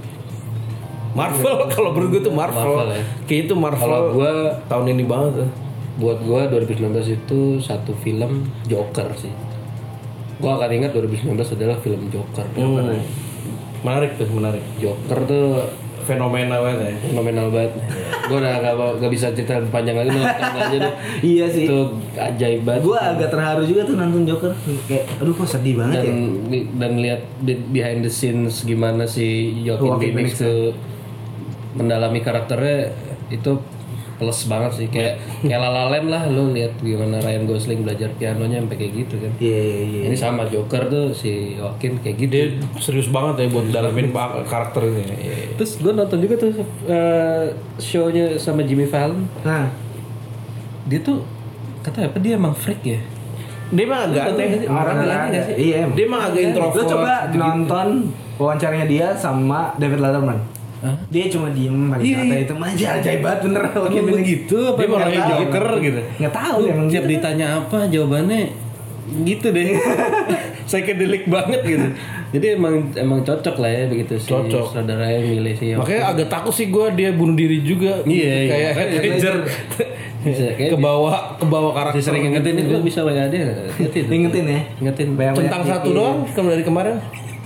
Marvel. Kalau menurut gue tuh Marvel ya? Kayak itu Marvel. Kalau gue tahun ini banget tuh. Buat gue 2019 itu satu film Joker sih. Gue akan ingat 2019 adalah film Joker. Menarik. Joker tuh fenomenal banget. Gue udah gak bisa cerita panjang lagi, nonton aja deh. Iya sih. Itu ajaib banget. Gue agak terharu juga tuh nonton Joker. Kayak aduh kok sedih banget dan lihat behind the scenes gimana si Joaquin Phoenix tuh mendalami karakternya, itu plus banget sih. Kayak La La Land lah, lo lihat gimana Ryan Gosling belajar pianonya sampai kayak gitu kan. Iya. Ini sama Joker tuh si Joaquin kayak gitu. Dia serius banget ya buat dalamin karakter ini. Terus gue nonton juga tuh show-nya sama Jimmy Fallon. Nah, dia tuh kata apa, dia emang freak ya. Dia mah agak aneh. orang aneh sih. Iya. Dia mah agak introvert. Lo coba nonton wawancaranya dia sama David Letterman. Dia cuma diem paling santai itu aja, ajaib banget bener. Oke begitu apa dia malah Joker gitu. Nggak tahu emang tiap gitu. ditanya apa jawabannya gitu deh. Psychedelic banget gitu. Jadi emang cocok lah ya begitu sih. Cocok. Saudaranya milih sih. Makanya agak takut sih gue dia bunuh diri juga. Iya. Kayak Heath Ledger. ke bawah karakter. Sering ngingetin itu bisa WA dia. Ingetin ya. Ingetin. Tentang satu doang dari kemarin.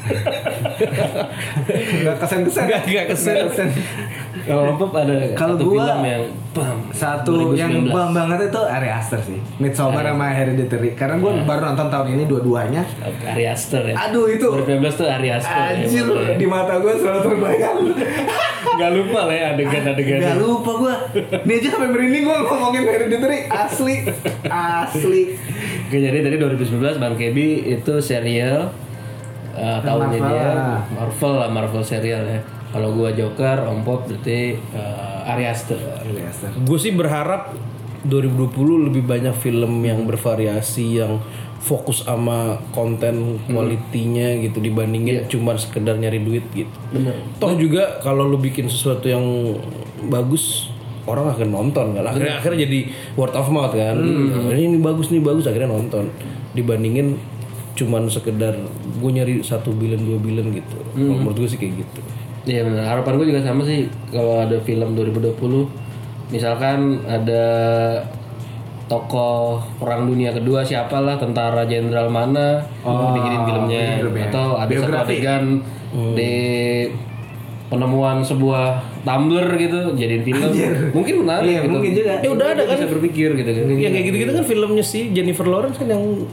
Nggak kesen. Kalau Pop ada kalau satu gua film yang satu yang bam banget itu Ari Aster sih, Midsommar sama Hereditary, karena gue baru nonton tahun ini dua-duanya. Ari Aster ya. Aduh itu 2019 tuh Ari Aster. Anjir ya, di mata gue selalu terbayang. Gak lupa lah ya adegan-adegan. Gak lupa gue. Ini aja sampai merinding gue ngomongin Hereditary. Asli. Oke, jadi dari 2019 Bang Kebi itu serial. Tahunnya dia Marvel serial ya. Kalau gua Joker, Om Pop berarti Ari Aster. Gue sih berharap 2020 lebih banyak film yang bervariasi, yang fokus sama konten kualitinya gitu dibandingin cuma sekedar nyari duit gitu. Bener. Toh juga kalau lu bikin sesuatu yang bagus, orang akan nonton kan. Akhirnya jadi word of mouth kan. Ini bagus akhirnya nonton. Dibandingin cuman sekedar gue nyari 1 billion 2 billion gitu. Kalau menurut gue sih kayak gitu. Iya benar. Harapan gue juga sama sih kalau ada film 2020, misalkan ada tokoh perang dunia kedua siapalah, tentara jenderal mana, bikinin filmnya, atau ada satu adegan di penemuan sebuah tumbler gitu jadiin film. Mungkin menarik gitu. Mungkin juga. Ya udah ada kan bisa berpikir gitu. Ya kayak gitu-gitu kan filmnya si Jennifer Lawrence kan yang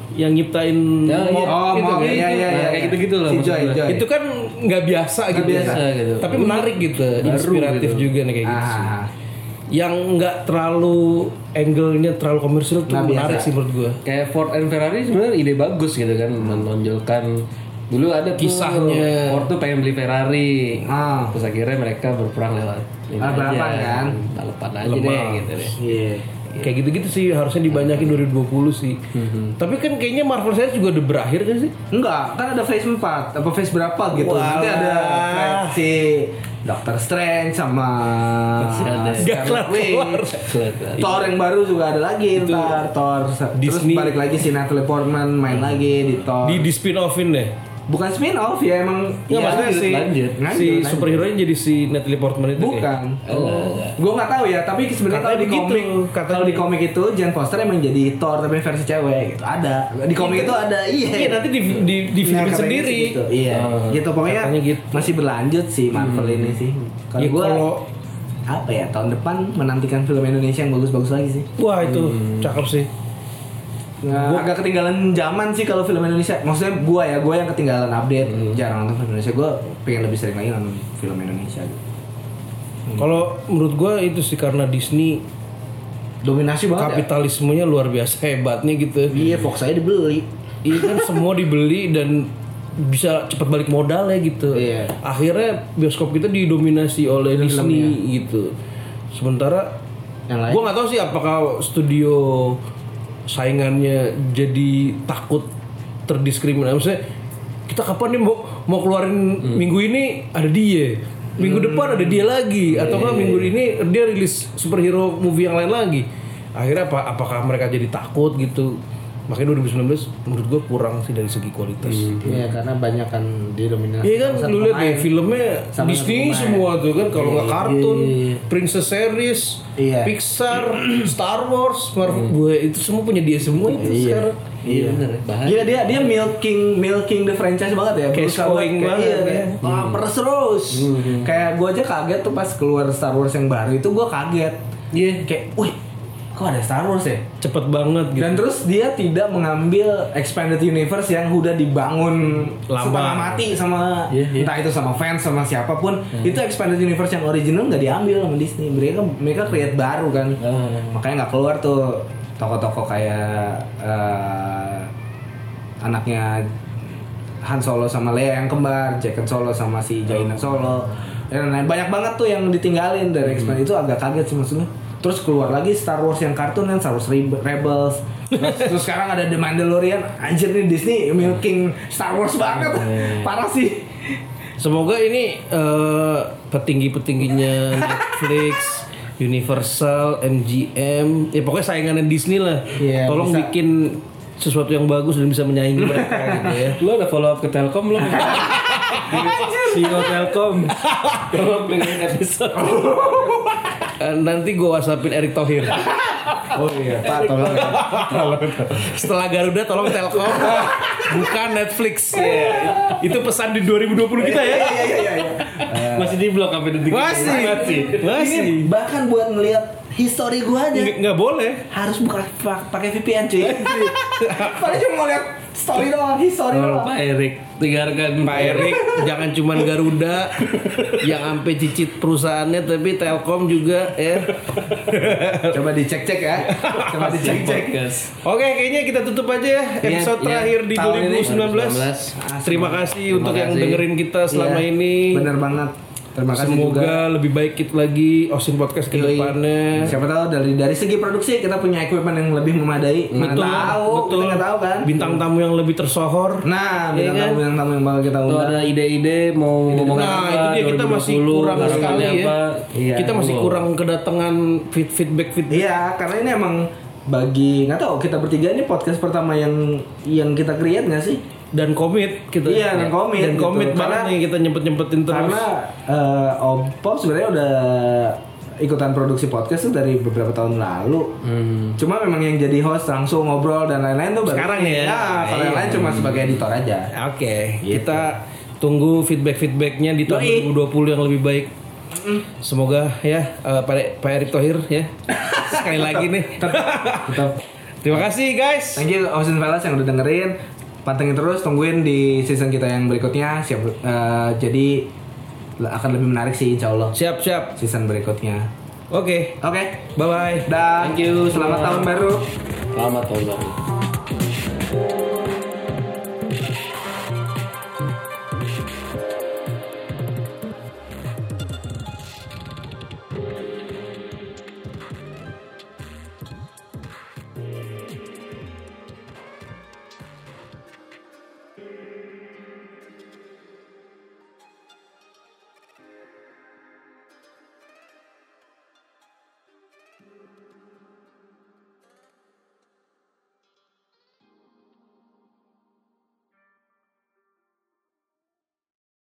yang nyiptain mob gitu kan. Kayak gitu-gitu loh. Si Joy. Itu kan nggak biasa gitu. gitu. Tapi menarik gitu, inspiratif gitu. juga nih kayak gitu sih. Yang nggak terlalu angle-nya terlalu komersial tuh menarik sih menurut gua. Kayak Ford and Ferrari sebenarnya ide bagus gitu kan, menonjolkan dulu ada kisahnya. Ford tuh pengen beli Ferrari. Terus akhirnya mereka berperang lewat balapan kan. Balapan aja deh gitu deh. Iya. Kayak gitu-gitu sih harusnya dibanyakin 2020 sih. Tapi kan kayaknya Marvel series juga udah berakhir kan sih? Enggak, kan ada phase 4 apa phase berapa gitu. Nanti ada si Doctor Strange sama Scarlet Witch. Thor yang baru juga ada lagi ntar Thor. Disney. Terus balik lagi si Natalie Portman main lagi di Thor. Di spin-offin deh. Bukan spin off ya emang. Nggak, maksudnya lanjut. si superhero-nya jadi si Natalie Portman itu. Bukan. Gue nggak tahu ya, tapi sebenarnya kalau di komik, kalau di komik itu Jane Foster emang jadi Thor tapi versi cewek gitu. Ada. Di komik itu ada. Iya, nanti di film sendiri. Gitu. Iya. Gitu pokoknya gitu. masih berlanjut sih Marvel ini sih. Kalau Ya, gue kalau apa ya tahun depan menantikan film Indonesia yang bagus-bagus lagi sih. wah itu cakep sih. Agak ketinggalan zaman sih kalau film Indonesia. Maksudnya gue yang ketinggalan update, jarang nonton film Indonesia. Gue pengen lebih sering lagi nonton film Indonesia gitu. Kalau menurut gue itu sih karena Disney Dominasi banget kapitalismenya luar biasa hebatnya gitu. Iya, Fox aja dibeli. Iya kan semua dibeli dan bisa cepat balik modal ya gitu. Iya. Akhirnya bioskop kita didominasi oleh Disney gitu. Sementara Yang lain? gue nggak tahu sih apakah studio saingannya jadi takut terdiskriminasi. Maksudnya kita kapan nih mau keluarin minggu ini ada dia, minggu depan ada dia lagi, atau kan minggu ini dia rilis superhero movie yang lain lagi. Akhirnya apakah mereka jadi takut gitu? Makanya 2019 menurut gue kurang sih dari segi kualitas. Iya, karena banyak kan didominasi. Iya kan, lu lihat nih filmnya Sama Disney pemain. semua tuh kan, kalau nggak kartun, Princess series, Iya. Pixar, Star Wars, Marvel, itu semua punya dia semua itu sekarang. Iya benar. Iya dia milking the franchise banget ya. Cash Berusaha buat going kayak- banget, iya, kayak, ya. Peres terus. Kayak gue aja kaget tuh pas keluar Star Wars yang baru itu gue kaget. Iya. Kayak, wih, kok ada Star Wars ya? Cepet banget gitu. Dan terus dia tidak mengambil expanded universe yang udah dibangun Lama. setengah mati sama entah itu sama fans sama siapapun. Itu expanded universe yang original nggak diambil sama Disney. Mereka create baru kan. Makanya nggak keluar tuh tokoh-tokoh kayak anaknya Han Solo sama Leia yang kembar, Jack Solo sama si Jaina Solo. Dan banyak banget tuh yang ditinggalin dari expanded itu, agak kaget sih maksudnya. Terus keluar lagi Star Wars yang kartun kan, Star Wars Rebels. Terus sekarang ada The Mandalorian. Anjir nih Disney milking Star Wars banget. Parah sih. Semoga ini petinggi-petingginya Netflix, Universal, MGM, ya pokoknya saingannya Disney lah. Iya, Tolong bisa. bikin sesuatu yang bagus dan bisa menyaingi mereka gitu ya. Lo ada follow up ke Telkom belum? CEO Telkom. Tolong dengerin episode. Nanti gue whatsappin Erick Thohir. Oh iya, Pak tolong. Setelah Garuda tolong Telkom, bukan Netflix. Itu pesan di 2020 kita ya. Iya. Masih di blok sampai detik ini. Masih. Ini bahkan buat ngelihat history gua aja Nggak boleh. harus pakai VPN cuy. Paling cuma mau lihat story doang, history doang. Pak Erik, dengarkan Pak Erik, jangan cuman Garuda yang sampai cicit perusahaannya, tapi Telkom juga ya. Coba dicek-cek ya. Coba dicek-cek. Oke, kayaknya kita tutup aja ya episode Iya, terakhir di tahun ini, 2019. Terima kasih untuk yang dengerin kita selama Iya, ini. Bener banget. Terima kasih Semoga juga. lebih baik kita lagi Osin Podcast ke Yoi. depannya. Siapa tahu dari segi produksi kita punya equipment yang lebih memadai. Mana tahu, betul. kita nggak tahu kan. Bintang tamu yang lebih tersohor. Nah, Iya kan? bintang tamu yang bakal kita Kalau undang. ada ide-ide mau ngomongin Nah, apa, itu dia kita masih 2020, kurang sekali harapannya ya. apa. Iya, Kita masih monggo. kurang kedatangan feedback. Iya, karena ini emang bagi nggak tahu kita bertiga ini podcast pertama yang kita create nggak sih? Dan komit kita. Iya, dan komit Dan gitu. komit banget Karena- nih kita nyempet-nyempetin terus. Karena Om Pop sebenarnya udah ikutan produksi podcast tuh dari beberapa tahun lalu. Cuma memang yang jadi host langsung ngobrol dan lain-lain tuh baru Sekarang ini. ya. Nah, kalau yang lain cuma sebagai editor aja. Oke, Gitu. kita tunggu feedbacknya di tahun Yoi. 2020 yang lebih baik. Semoga ya Pak Erick Thohir ya sekali lagi nih. Tetap Terima kasih guys. Thank you Austin Velas yang udah dengerin. Pantengin terus, tungguin di season kita yang berikutnya. Jadi akan lebih menarik sih insya Allah. Siap. Season berikutnya. Oke. Bye Bye. Thank you. Selamat tahun baru. Selamat tahun baru.